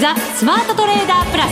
ザ・スマートトレーダープラス。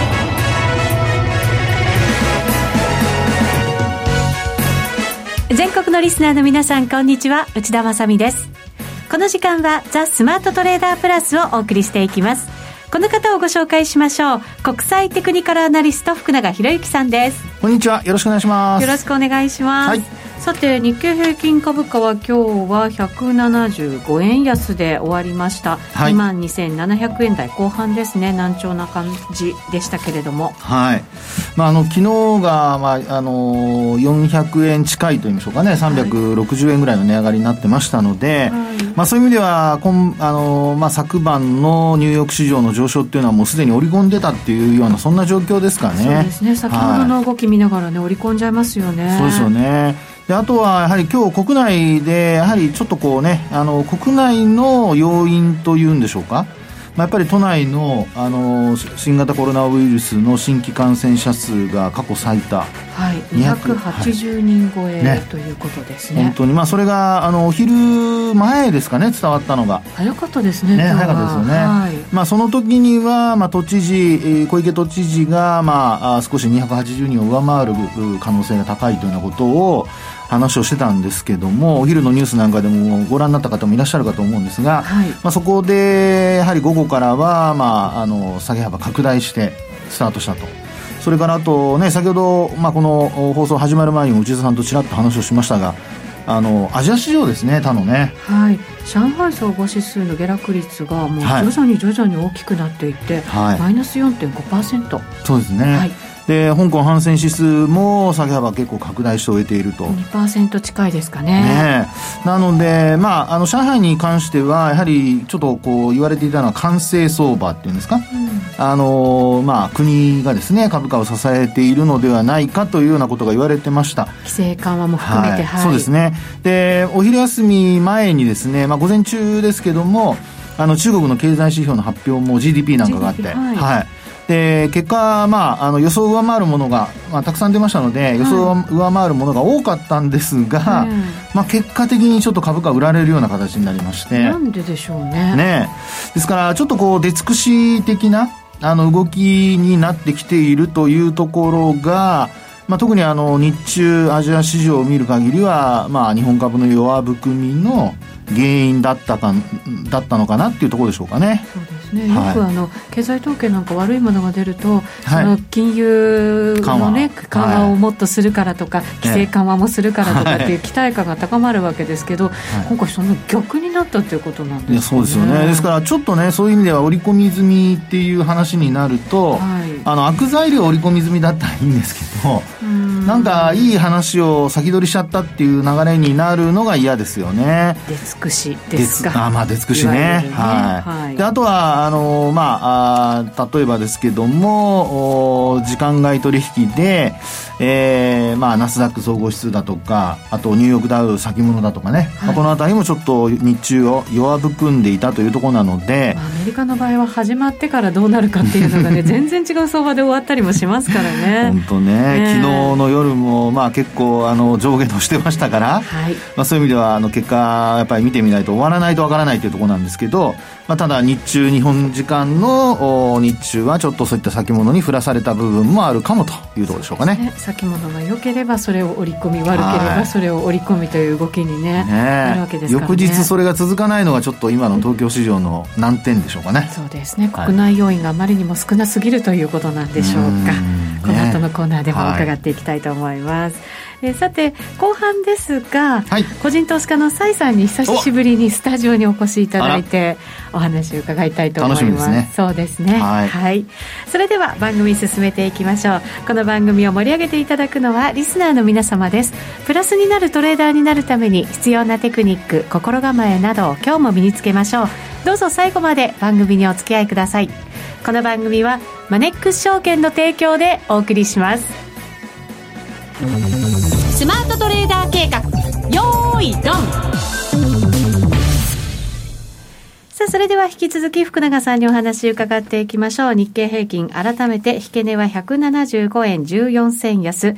全国のリスナーの皆さん、こんにちは、内田まさみです。この時間はザ・スマートトレーダープラスをお送りしていきます。この方をご紹介しましょう。国際テクニカルアナリスト福永博之さんです。 こんにちは、よろしくお願いします。 よろしくお願いします、はい。さて、日経平均株価は今日は175円安で終わりました、はい、22,700 円台後半ですね。難聴な感じでしたけれども、 はい。昨日が、400円近いといいましょうかね、360円ぐらいの値上がりになってましたので、はい、そういう意味では昨晩のニューヨーク市場の上昇っていうのはもうすでに織り込んでたっていうような、そんな状況ですかね。 そうですね、先ほどの動き見ながらね、織り込んじゃいますよね。 そうですよね。で、あとはやはり今日国内でやはりちょっとこうね、国内の要因というんでしょうか、やっぱり都内の、新型コロナウイルスの新規感染者数が過去最多、はい、 280人超え、ということですね。 本当に、それがお昼前ですかね、伝わったのが早かったですね。 早かったですよね、はい。その時には、小池都知事が、少し280人を上回る可能性が高いというようなことを話をしてたんですけども、お昼のニュースなんかでもご覧になった方もいらっしゃるかと思うんですが、はい、そこでやはり午後からは、下げ幅拡大してスタートしたと。それからあとね、先ほど、この放送始まる前にも内田さんとちらっと話をしましたが、アジア市場ですね、他のね、 はい、上海総合指数の下落率がもう徐々に大きくなっていって、はい、マイナス 4.5%。 そうですね、はい。で、香港ハンセン指数も下げ幅結構拡大して終えていると 2% 近いですか ね。 なので、上海に関してはやはりちょっとこう言われていたのは完成相場っていうんですか、国がですね、株価を支えているのではないかというようなことが言われてました。 規制緩和も含めて、 はい、そうですね。で、お昼休み前にですね、午前中ですけども、中国の経済指標の発表も GDP なんかがあって、はい。で、結果、予想を上回るものが、たくさん出ましたので、予想を上回るものが多かったんですが、結果的にちょっと株価売られるような形になりまして。 なんででしょうね。 ですから、ちょっとこう、出尽くし的な、動きになってきているというところが、特に日中アジア市場を見る限りは、日本株の弱含みの原因だったのかなっていうところでしょうかね。 そうですね。よく経済統計なんか悪いものが出ると、その金融のね、緩和をもっとするからとか、規制緩和もするからとかっていう期待感が高まるわけですけど、今回その逆になったっていうことなんですね。 いや、そうですよね。ですからちょっとね、そういう意味では織り込み済みっていう話になると、悪材料織り込み済みだったらいいんですけど、なんかいい話を先取りしちゃったっていう流れになるのが嫌ですよね。 出尽くしですか。 出尽くしね。はい。で、あとは例えばですけども、時間外取引で、ナスダック総合指数だとか、あとニューヨークダウ先物だとかね、このあたりもちょっと日中を弱含んでいたというところなので、 アメリカの場合は始まってからどうなるかっていうのがね全然違う相場で終わったりもしますからね。 本当ね、昨日の夜も結構上下としてましたから、そういう意味では結果やっぱり見てみないと終わらないとわからないというところなんですけど、ただ日本時間の日中はちょっとそういった先物に振らされた部分もあるかもというところでしょうかね。 先物が良ければそれを織り込み、悪ければそれを織り込みという動きになるわけですからね。 翌日それが続かないのがちょっと今の東京市場の難点でしょうかね。 そうですね。国内要因があまりにも少なすぎるということなんでしょうか。この後のコーナーでも伺っていきたいと思います。さて後半ですが、個人投資家の蔡さんに久しぶりにスタジオにお越しいただいてお話を伺いたいと思います。 楽しみですね。 そうですね。はい。それでは番組進めていきましょう。この番組を盛り上げていただくのはリスナーの皆様です。プラスになるトレーダーになるために必要なテクニック、心構えなどを今日も身につけましょう。どうぞ最後まで番組にお付き合いください。この番組はマネックス証券の提供でお送りします。スマートトレーダー計画、よーいドン。さあ、それれでは引き続き福永さんにお話伺っていきましょう。日経平均改めて引け値は175円14銭安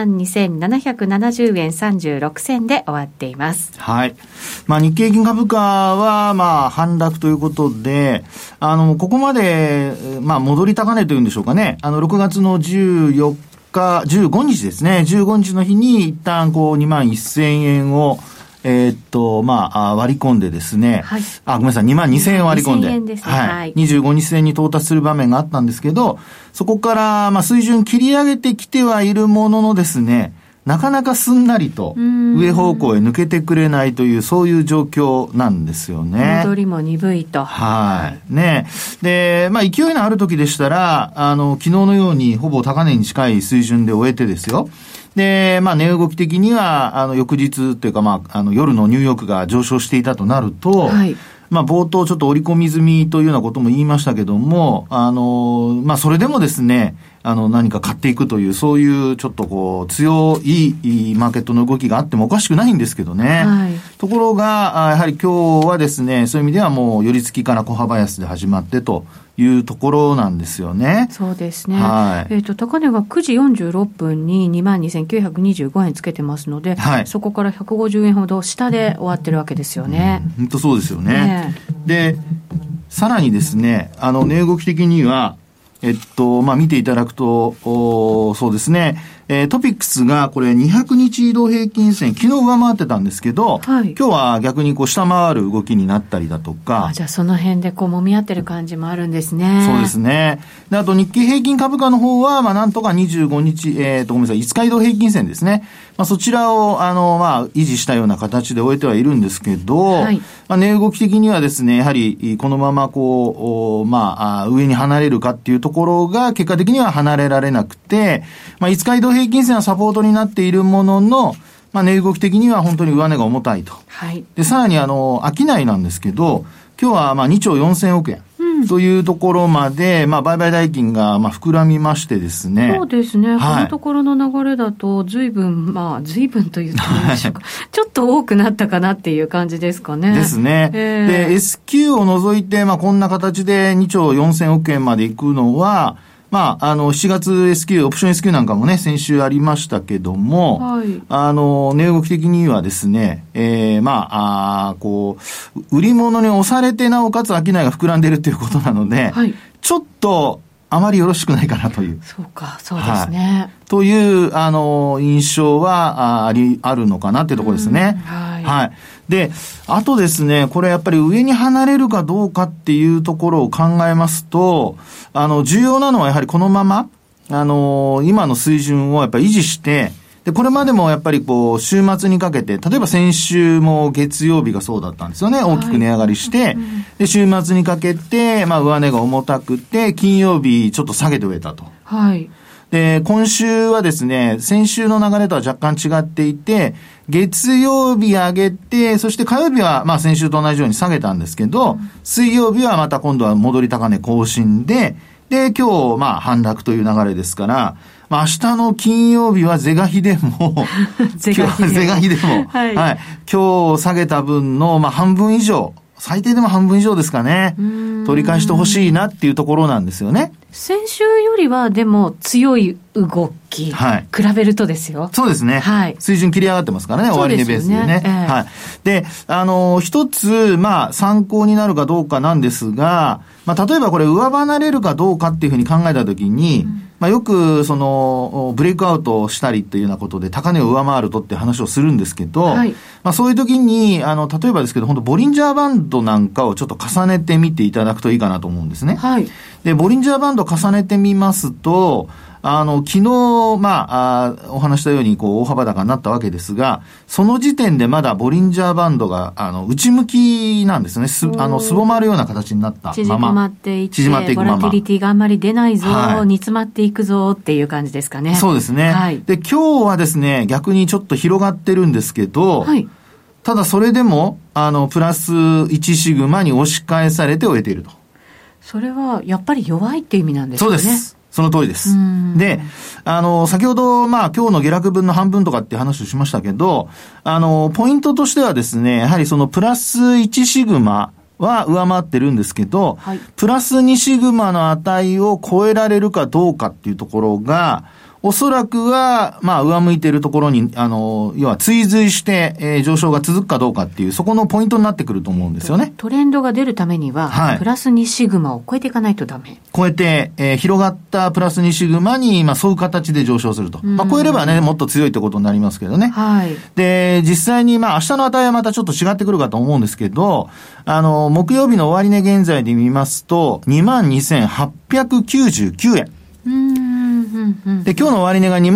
22,770 円36銭で終わっています。 はい。日経平均株価は反落ということで、ここまで戻り高値というんでしょうかね。6月の14日15日ですね。15日の日に一旦21,000円を割り込んでですね、 はい、 ごめんなさい、22,000円割り込んで、 円ですね、はい、 25日線に到達する場面があったんですけど、そこから水準切り上げてきてはいるもののですね、なかなかすんなりと上方向へ抜けてくれないという、そういう状況なんですよね。 戻りも鈍いと。 はい。ね。で、勢いのある時でしたら、昨日のようにほぼ高値に近い水準で終えてですよ。で、値動き的には、翌日というか、夜のニューヨークが上昇していたとなると、はい、冒頭ちょっと織り込み済みというようなことも言いましたけども、それでもですね、何か買っていくという、そういうちょっと強いマーケットの動きがあってもおかしくないんですけどね。はい、ところが、やはり今日はですね、そういう意味ではもう寄り付きから小幅安で始まってというところなんですよね。 そうですね。 はい。 高値が9時46分に 22,925 円つけてますので、はい、そこから150円ほど下で終わってるわけですよね。 本当そうですよね。で、さらにですね、値動き的には、見ていただくと、そうですね、トピックスがこれ200日移動平均線、昨日上回ってたんですけど、はい、今日は逆に下回る動きになったりだとか。 じゃあその辺で揉み合ってる感じもあるんですね。 そうですね。で、あと日経平均株価の方は、なんとか25日、ごめんなさい、5日移動平均線ですね。そちらを、維持したような形で終えてはいるんですけど、はい、値動き的にはですね、やはり、このまま上に離れるかっていうところが、結果的には離れられなくて、5日移動平均線はサポートになっているものの、値動き的には本当に上値が重たいと。 はい。 で、さらに商いなんですけど、今日は2兆4000億円。というところまで、売買代金が膨らみましてですね。 そうですね。はい、このところの流れだと、随分と言ってもいいでしょうか。ちょっと多くなったかなっていう感じですかね。 ですね。で、S q を除いて、こんな形で2兆4000億円まで行くのは、7月 S q、オプション S q なんかもね、先週ありましたけども、はい、値動き的にはですね、売り物に押されてなおかつ商いが膨らんでいるということなので、はい、ちょっと、あまりよろしくないかなという。 そうか、そうですね。 はい、という、印象は、あるのかなっていうところですね。 はい。 はい。で、あとですね、これやっぱり上に離れるかどうかっていうところを考えますと、重要なのはやはりこのまま、今の水準をやっぱり維持して、で、これまでもやっぱり週末にかけて、例えば先週も月曜日がそうだったんですよね。大きく値上がりして、はい、で、週末にかけて、上値が重たくて、金曜日ちょっと下げて終えたと。 はい。 で、今週はですね、先週の流れとは若干違っていて、月曜日上げて、そして火曜日は先週と同じように下げたんですけど、水曜日はまた今度は戻り高値更新で、で、今日反落という流れですから、明日の金曜日は是が非でも是が非でも、はい、はい、今日下げた分の半分以上、最低でも半分以上ですかね、取り返してほしいなっていうところなんですよね。 先週よりはでも強い動き、はい、比べるとですよ。 そうですね。はい、水準切り上がってますからね、終値ベースでね。はい。で、一つ参考になるかどうかなんですが、例えばこれ上離れるかどうかっていうふうに考えたときに、よくブレイクアウトしたりっていうようなことで高値を上回るとって話をするんですけど、はい、そういう時に例えばですけど、本当ボリンジャーバンドなんかをちょっと重ねてみていただくといいかなと思うんですね。 はい。 で、ボリンジャーバンド重ねてみますと、昨日、お話したように、大幅高になったわけですが、その時点でまだボリンジャーバンドが、内向きなんですね。すぼまるような形になったまま。 縮まっていって、ボラティリティがあんまり出ないぞ、はい、煮詰まっていくぞっていう感じですかね。 そうですね。はい。で、今日はですね、逆にちょっと広がってるんですけど、はい。ただそれでも、プラス1シグマに押し返されて終えていると。 それは、やっぱり弱いっていう意味なんですかね。 そうです。その通りです。で、先ほど、今日の下落分の半分とかっていう話をしましたけど、ポイントとしてはですね、やはりそのプラス1シグマは上回ってるんですけど、 はい、 プラス2シグマの値を超えられるかどうかっていうところが、おそらくは、上向いているところに、要は追随して、上昇が続くかどうかっていう、そこのポイントになってくると思うんですよね。 トレンドが出るためには、プラス2シグマを超えていかないとダメ。 超えて、広がったプラス2シグマに、沿う形で上昇すると。超えればね、もっと強いってことになりますけどね。 はい。 で、実際に、明日の値はまたちょっと違ってくるかと思うんですけど、木曜日の終値現在で見ますと、22,899 円。で、今日の終値が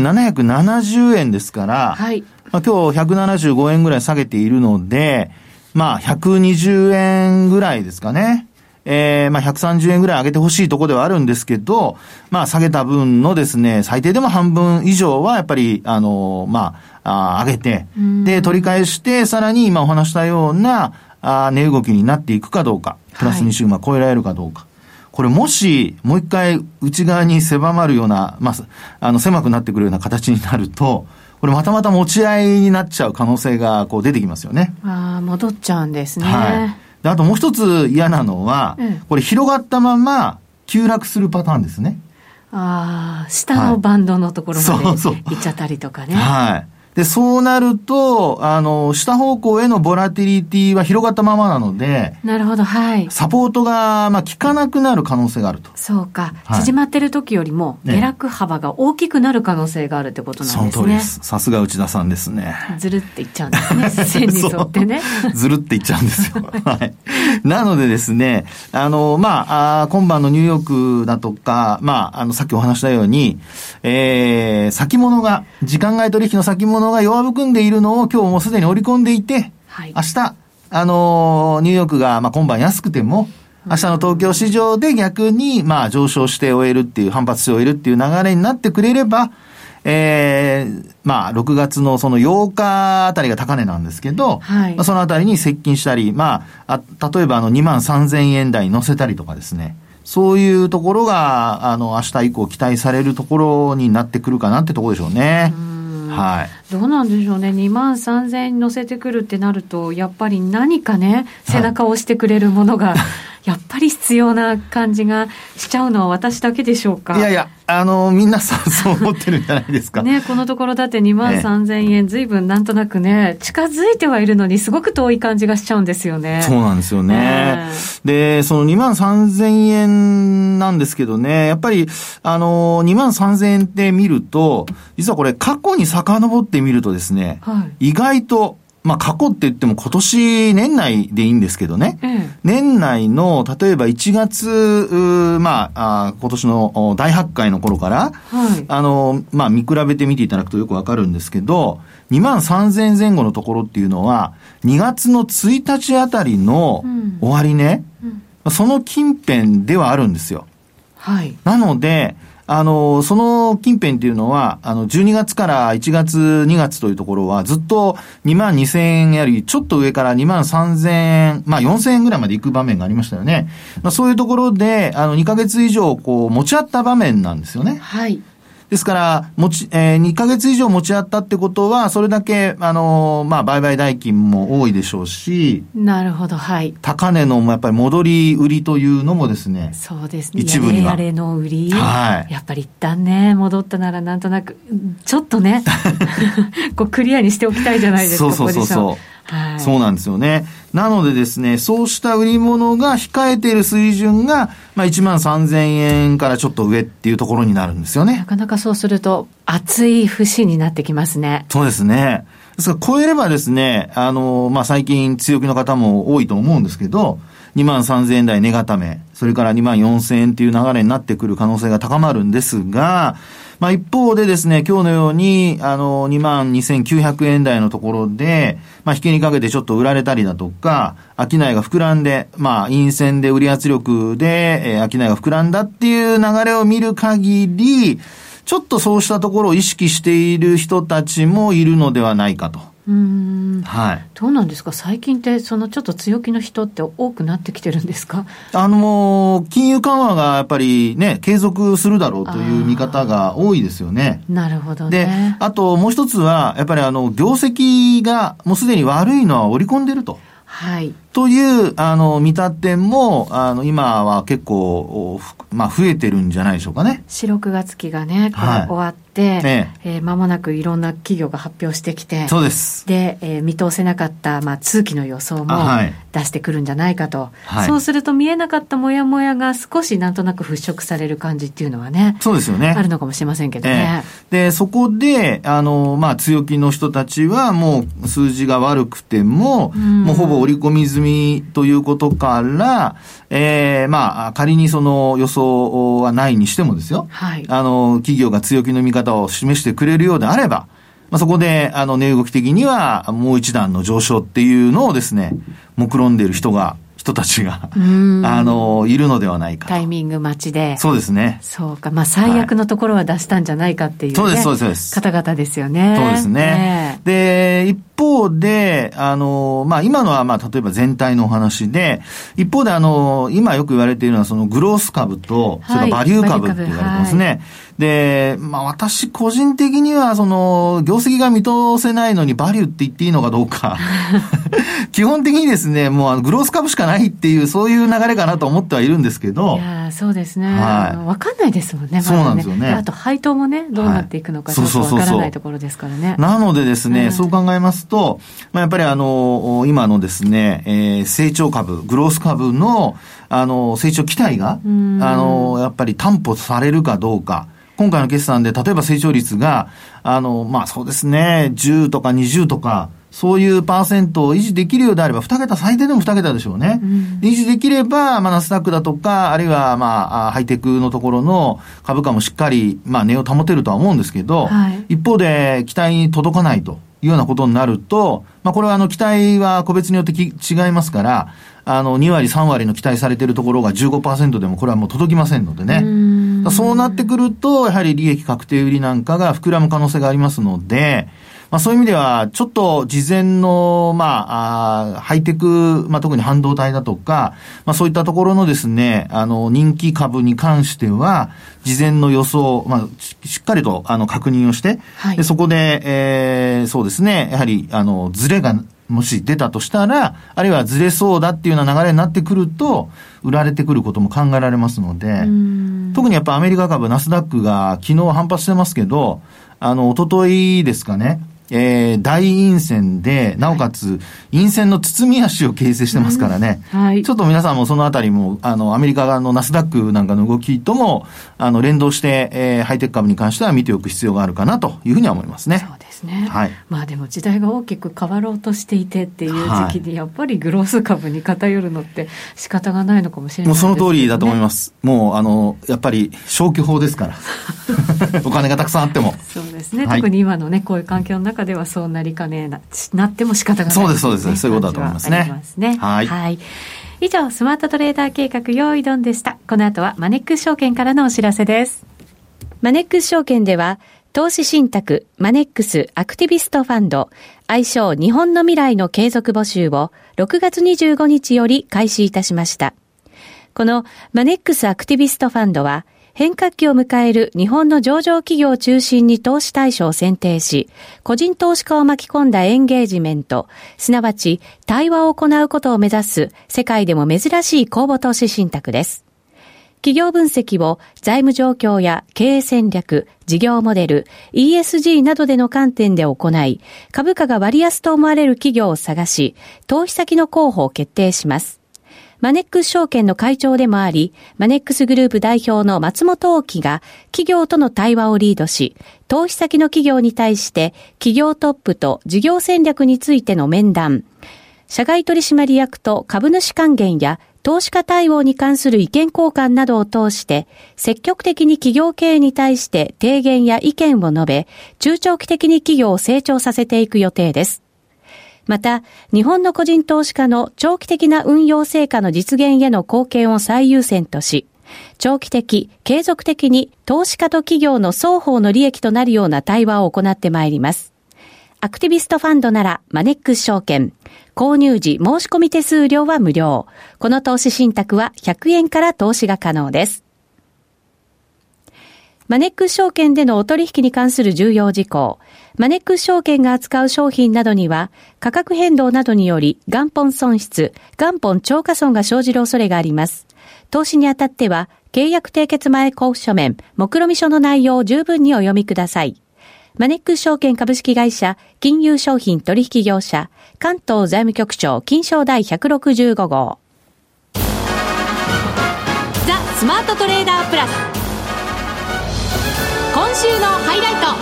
22,770 円ですから、 はい。 今日175円ぐらい下げているので、120円ぐらいですかね。130円ぐらい上げてほしいところではあるんですけど、下げた分のですね、最低でも半分以上はやっぱり、上げて、で、取り返して、さらに今お話したような、値動きになっていくかどうか、プラス2シグマ超えられるかどうか。これもし、もう一回内側に狭まるような、狭くなってくるような形になると、これまた持ち合いになっちゃう可能性がこう出てきますよね。 戻っちゃうんですね。 はい。で、あともう一つ嫌なのは、これ広がったまま急落するパターンですね。 下のバンドのところまで行っちゃったりとかね。 はい。で、そうなると、下方向へのボラティリティは広がったままなので、 なるほど、はい。 サポートが、効かなくなる可能性があると。 そうか。縮まってる時よりも、下落幅が大きくなる可能性があるってことなんですね。 その通りです。さすが内田さんですね。 ずるっていっちゃうんですね。線に沿ってね。 ずるっていっちゃうんですよ。はい。なのでですね、今晩のニューヨークだとか、さっきお話したように、先物が、時間外取引の先物が弱含んでいるのを今日もうすでに織り込んでいて、 はい、 明日、ニューヨークが、今晩安くても、明日の東京市場で逆に、上昇して終えるっていう、反発して終えるっていう流れになってくれれば、6月のその8日あたりが高値なんですけど、 はい、 そのあたりに接近したり、例えば23,000円台に乗せたりとかですね、そういうところが、明日以降期待されるところになってくるかなってところでしょうね。はい。 どうなんでしょうね。23,000円に乗せてくるってなると、やっぱり何かね、背中を押してくれるものが、やっぱり必要な感じがしちゃうのは私だけでしょうか。 いやいや、皆さんそう思ってるんじゃないですか。 ね、このところだって23,000円、随分なんとなくね、近づいてはいるのにすごく遠い感じがしちゃうんですよね。 そうなんですよね。で、その23,000円なんですけどね、やっぱり、23,000円って見ると、実はこれ過去に遡ってみるとですね、 はい、 意外と、過去って言っても今年年内でいいんですけどね。年内の、例えば1月、今年の大発会の頃から、 はい、 見比べてみていただくとよくわかるんですけど、23,000円前後のところっていうのは、2月の1日あたりの終値、その近辺ではあるんですよ。 はい。 なので、その近辺っていうのは、12月から1月、2月というところはずっと22,000円よりちょっと上から23,000円、4,000円ぐらいまで行く場面がありましたよね。そういうところで、2ヶ月以上、持ち合った場面なんですよね。 はい。 ですから、2ヶ月以上持ち合ったってことは、それだけ、売買代金も多いでしょうし。 なるほど、はい。 高値の、やっぱり戻り売りというのもですね。 そうですね。 一部には。 やれの売り。 はい。 やっぱり一旦ね、戻ったならなんとなく、ちょっとね、クリアにしておきたいじゃないですか、 そう。 はい、 そうなんですよね。なのでですね、そうした売り物が控えている水準が、13,000円からちょっと上っていうところになるんですよね。 なかなかそうすると、熱い節になってきますね。 そうですね。ですから超えればですね、最近強気の方も多いと思うんですけど、23,000円台値固め、それから24,000円っていう流れになってくる可能性が高まるんですが、一方でですね、今日のように、22,900 円台のところで、引けにかけてちょっと売られたりだとか、商いが膨らんで、陰線で売り圧力で、商いが膨らんだっていう流れを見る限り、ちょっとそうしたところを意識している人たちもいるのではないかと。はい。 どうなんですか、最近ってそのちょっと強気の人って多くなってきてるんですか？ 金融緩和がやっぱりね、継続するだろうという見方が多いですよね。 なるほどね。 で、あともう一つは、やっぱり業績がもうすでに悪いのは織り込んでると。 はい。 という見立ても今は結構増えてるんじゃないでしょうかね。 4、6月期がねこれ終わって、間もなくいろんな企業が発表してきて、 そうです。 で、見通せなかった、通期の予想も出してくるんじゃないかと、そうすると見えなかったモヤモヤが少しなんとなく払拭される感じっていうのはね、 そうですよね、 あるのかもしれませんけどね。 でそこで強気の人たちはもう数字が悪くても、もうほぼ織り込み済みということから、仮にその予想はないにしてもですよ、企業が強気の見方を示してくれるようであれば、そこで値動き的にはもう一段の上昇っていうのをですね、目論んでいる人たちがいるのではないかと。 タイミング待ちで。 そうですね。 そうか、最悪のところは出したんじゃないかっていう、ね、 そうです。 方々ですよね。 そうですね。で、一方で、今のは例えば全体のお話で、一方で今よく言われているのはそのグロース株と、それからバリュー株って言われてますね。で、私個人的には業績が見通せないのにバリューって言っていいのかどうか。基本的にですね、もうグロース株しかないっていう、そういう流れかなと思ってはいるんですけど。 いや、そうですね。わかんないですもんね。 そうなんですよね。 あと配当もね、どうなっていくのかちょっとわからないところですからね。 なのでですね、そう考えますと、やっぱり今のですね、成長株、グロース株の成長期待がやっぱり担保されるかどうか。今回の決算で例えば成長率がそうですね、10とか20とかそういうパーセントを維持できるようであれば、2桁、最低でも2桁でしょうね。維持できれば、ナスダックだとか、あるいはハイテクのところの株価もしっかり値を保てるとは思うんですけど、一方で期待に届かないというようなことになると、これは期待は個別によって違いますから、2割3割の期待されているところが 15% でもこれはもう届きませんのでね。そうなってくると、やはり利益確定売りなんかが膨らむ可能性がありますので、そういう意味では、ちょっと事前の、ハイテク、特に半導体だとか、そういったところのですね、人気株に関しては、事前の予想、しっかりと、確認をして、でそこで、そうですね、やはり、ズレが、もし出たとしたら、あるいはずれそうだっていうような流れになってくると、売られてくることも考えられますので、特にやっぱアメリカ株、ナスダックが昨日反発してますけど、一昨日ですかね、大陰線で、なおかつ、陰線の包み足を形成してますからね。ちょっと皆さんもそのあたりも、アメリカのナスダックなんかの動きとも、連動して、ハイテク株に関しては見ておく必要があるかなというふうには思いますね。 そうですね。でも時代が大きく変わろうとしていてっていう時期に、やっぱりグロース株に偏るのって仕方がないのかもしれないですね。 もうその通りだと思います。もう、やっぱり消去法ですから。お金がたくさんあっても。 そうですね。特に今のね、こういう環境の中ではそうなりかねなっても仕方がない、ね。そうです。 そういうことだと思いますね。 はい。以上、スマートトレーダー計画用意ドンでした。この後はマネックス証券からのお知らせです。マネックス証券では、投資信託マネックスアクティビストファンド愛称日本の未来の継続募集を6月25日より開始いたしました。このマネックスアクティビストファンドは変革期を迎える日本の上場企業を中心に投資対象を選定し、個人投資家を巻き込んだエンゲージメント、すなわち対話を行うことを目指す世界でも珍しい公募投資信託です。企業分析を財務状況や経営戦略、事業モデル、ESG などでの観点で行い、株価が割安と思われる企業を探し、投資先の候補を決定します。マネックス証券の会長でもあり、マネックスグループ代表の松本大樹が企業との対話をリードし、投資先の企業に対して企業トップと事業戦略についての面談、社外取締役と株主還元や投資家対応に関する意見交換などを通して、積極的に企業経営に対して提言や意見を述べ、中長期的に企業を成長させていく予定です。また、日本の個人投資家の長期的な運用成果の実現への貢献を最優先とし、長期的、継続的に投資家と企業の双方の利益となるような対話を行ってまいります。アクティビストファンドならマネックス証券。購入時申し込み手数料は無料。この投資信託は100円から投資が可能です。 マネックス証券でのお取引に関する重要事項。マネックス証券が扱う商品などには、価格変動などにより元本損失、元本超過損が生じる恐れがあります。投資にあたっては、契約締結前交付書面、目論見書の内容を十分にお読みください。マネックス証券株式会社、金融商品取引業者、関東財務局長、金商第165号。ザ・スマートトレーダープラス。今週のハイライト。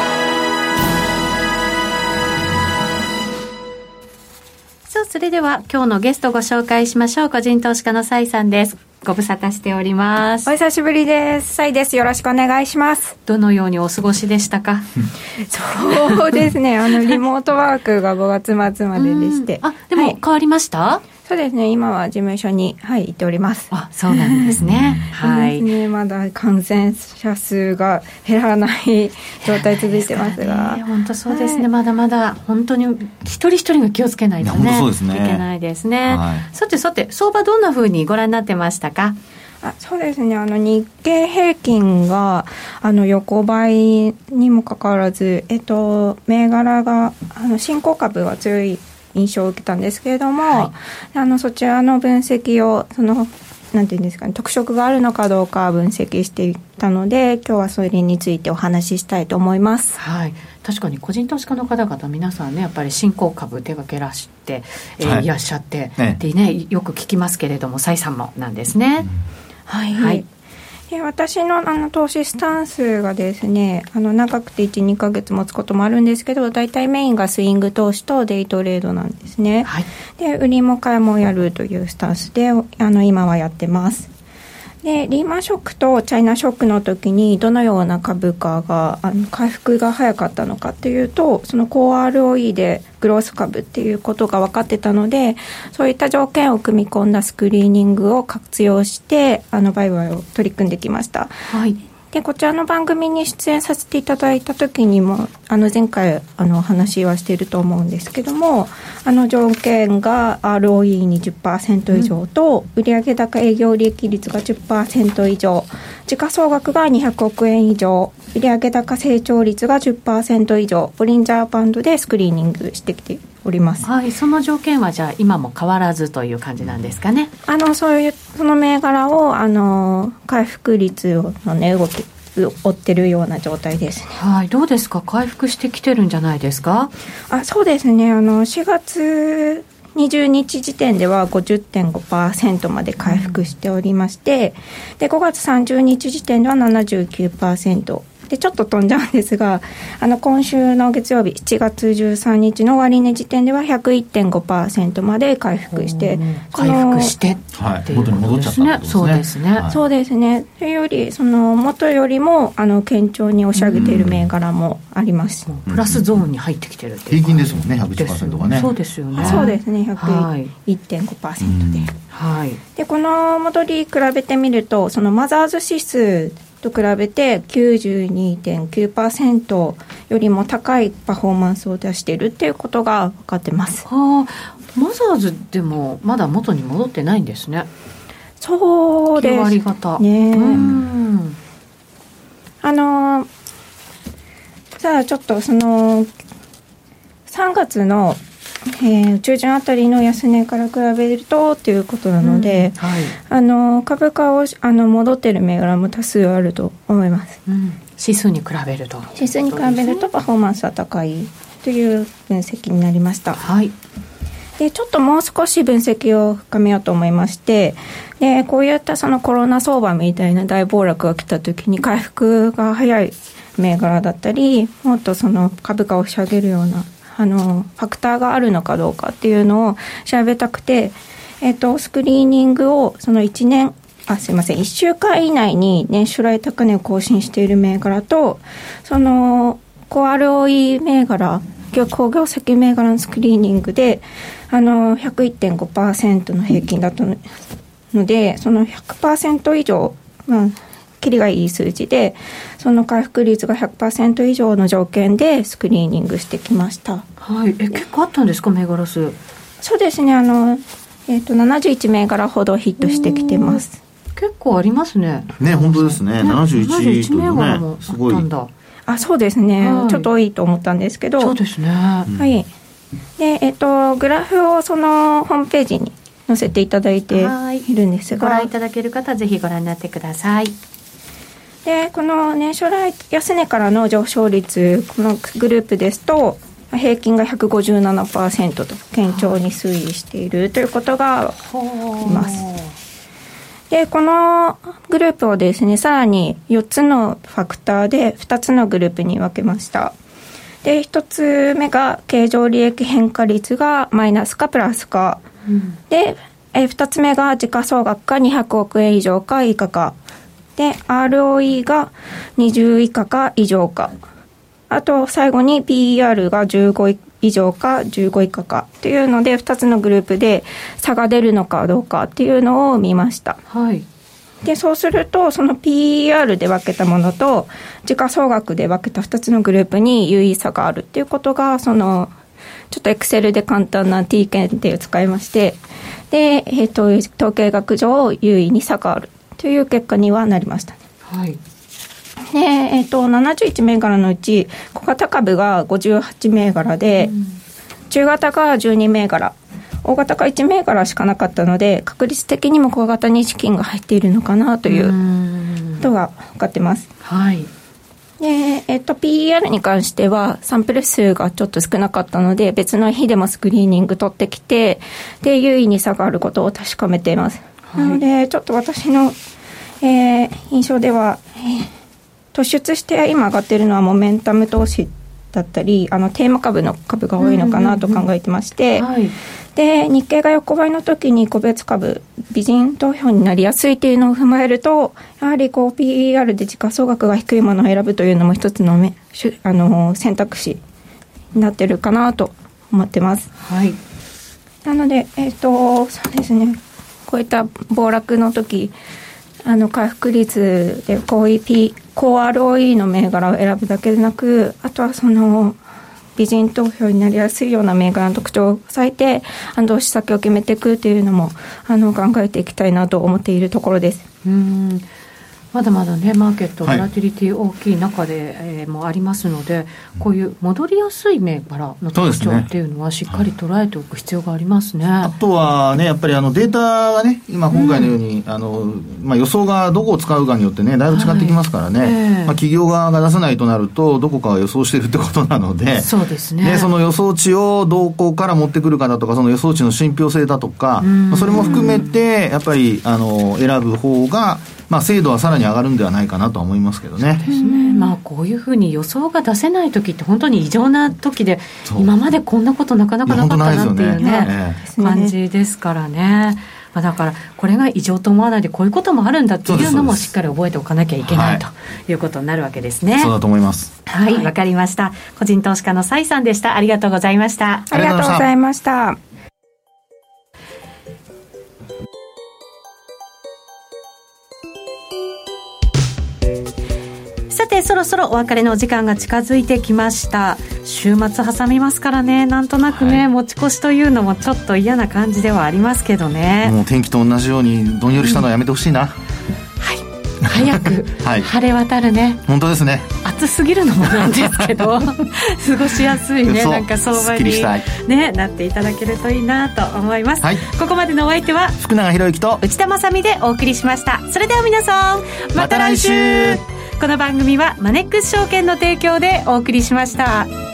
さあ、それでは今日のゲストをご紹介しましょう。個人投資家の蔡さんです。ご無沙汰しております。 お久しぶりです。蔡です。よろしくお願いします。 どのようにお過ごしでしたか？ そうですね、リモートワークが5月末まででして。 でも変わりました？ そうですね、今は事務所に、行っております。 そうなんですね。はい。 そうですね、まだ感染者数が減らない状態続いてますが。 本当そうですね、まだまだ本当に一人一人が気をつけないとね、 そうですね、 いけないですね。さて相場どんな風にご覧になってましたか？ そうですね、日経平均が横ばいにもかかわらず、銘柄が新興株は強い印象を受けたんですけれども、そちらの分析をなんていうんですかね、特色があるのかどうか分析していたので、今日はそれについてお話ししたいと思います。 はい、確かに個人投資家の方々皆さんね、やっぱり新興株手掛けらして、いらっしゃって、でね、よく聞きますけれども、蔡さんもなんですね。 で、私の投資スタンスがですね、長くて 1,2 ヶ月持つこともあるんですけど、大体メインがスイング投資とデイトレードなんですね。で、売りも買いもやるというスタンスで今はやってます。で、リーマンショックとチャイナショックの時にどのような株価が回復が早かったのかっていうと、その高 ROE でグロース株っていうことが分かってたので、そういった条件を組み込んだスクリーニングを活用して売買を取り組んできました。で、こちらの番組に出演させていただいた時にも前回お話はしていると思うんですけども、条件が ROE に 10% 以上と、売上高営業利益率が 10% 以上、時価総額が200億円以上、売上高成長率が 10% 以上、ボリンジャーバンドでスクリーニングしてきております。 その条件はじゃあ今も変わらずという感じなんですかね。 その銘柄を回復率のね、動き追ってるような状態ですね。 どうですか、回復してきてるんじゃないですか？ そうですね、4月20日時点では 50.5% まで回復しておりまして、で5月30日時点では 79%でちょっと飛んじゃうんですが、今週の月曜日7月13日の終値時点では 101.5% まで回復して回復して元に戻っちゃったんですね。 そうですね、 そうですね。というより元よりも堅調に押し上げている銘柄もあります。 プラスゾーンに入ってきてるっていう平均ですもんね、101% がね。 そうですよね。 そうですね、101.5% で、でこの戻り比べてみると、そのマザーズ指数と比べて 92.9% よりも高いパフォーマンスを出しているっていうことが分かってます。 マザーズでもまだ元に戻ってないんですね。 そうです 9割方ね。さあちょっと3月の中旬あたりの安値から比べるとということなので、株価を戻っている銘柄も多数あると思います。 指数に比べるとパフォーマンスは高いという分析になりました。でちょっともう少し分析を深めようと思いまして、でこういったコロナ相場みたいな大暴落が来た時に回復が早い銘柄だったり、もっと株価を押し上げるようなファクターがあるのかどうかっていうのを調べたくて、スクリーニングを1週間以内に年初来高値を更新している銘柄と、高 ROE 銘柄、好業績銘柄のスクリーニングで101.5% の平均だったので、その 100% 以上、キリがいい数字で、その回復率が 100% 以上の条件でスクリーニングしてきました。 結構あったんですか、銘柄数？ そうですね、71銘柄ほどヒットしてきてます。 結構ありますね。 ね、本当ですね。71というね、 すごい。 そうですね、ちょっと多いと思ったんですけど。 そうですね。 はい。で、グラフをそのホームページに載せていただいているんですが、 ご覧いただける方はぜひご覧になってください。 で、この年初来安値からの上昇率、このグループですと平均が 157% と堅調に推移しているということがいます。で、このグループをですね、さらに4つのファクターで2つのグループに分けました。で、1つ目が経常利益変化率がマイナスかプラスか、で、2つ目が時価総額が200億円以上か以下かで、 ROE が20以下か以上か、あと最後に PER が15以上か15以下かっていうので、2つのグループで差が出るのかどうかっていうのを見ました。 はい。 で、そうするとその PER で分けたものと時価総額で分けた2つのグループに有意差があるっていうことが、そのちょっと Excel で簡単な T 検定を使いまして、で、統計学上優位に差があるという結果にはなりましたね。 はい。 で、71銘柄のうち小型株が58銘柄で、中型が12銘柄、大型が1銘柄しかなかったので、確率的にも小型に資金が入っているのかなということが分かってます。 はい。 で、PER に関してはサンプル数がちょっと少なかったので、別の日でもスクリーニング取ってきて、で、優位に差があることを確かめています。はい、なのでちょっと私の、印象では、突出して今上がっているのはモメンタム投資だったり、テーマ株の株が多いのかなと考えてまして、で、日経が横ばいの時に個別株美人投票になりやすいというのを踏まえると、やはりこう PER で時価総額が低いものを選ぶというのも一つの選択肢になっているかなと思ってます。 はい。 なので、そうですね、こういった暴落の時、回復率で高 ROE の銘柄を選ぶだけでなく、あとはその美人投票になりやすいような銘柄の特徴を抑えて投資先を決めていくというのも考えていきたいなと思っているところです。 まだまだね、マーケットボラティリティ大きい中で、もありますので、こういう戻りやすい銘柄の特徴っていうのはしっかり捉えておく必要がありますね。 あとはね、やっぱりデータがね、今回のように、予想がどこを使うかによってね、だいぶ違ってきますからね、企業側が出さないとなるとどこかが予想しているってことなので、 そうですね。 で、その予想値をどこから持ってくるかだとか、その予想値の信憑性だとか、それも含めてやっぱり選ぶ方が精度はさらに上がるんではないかなとは思いますけどね。 ですね。こういうふうに予想が出せない時って本当に異常な時で、今までこんなことなかなかなかったなっていうね、感じですからね。だからこれが異常と思わないで、こういうこともあるんだっていうのもしっかり覚えておかなきゃいけないということになるわけですね。 そうだと思います。 はい、わかりました。個人投資家の蔡さんでした。ありがとうございました。 ありがとうございました。 さて、そろそろお別れのお時間が近づいてきました。週末挟みますからね、なんとなくね、持ち越しというのもちょっと嫌な感じではありますけどね。 もう天気と同じようにどんよりしたのはやめてほしいな。 はい、早く晴れ渡るね。 本当ですね。 暑すぎるのもなんですけど過ごしやすいね、なんか相場に、なっていただけるといいなと思います。ここまでのお相手は福永博之と内田まさみでお送りしました。それでは皆さん、また来週。この番組はマネックス証券の提供でお送りしました。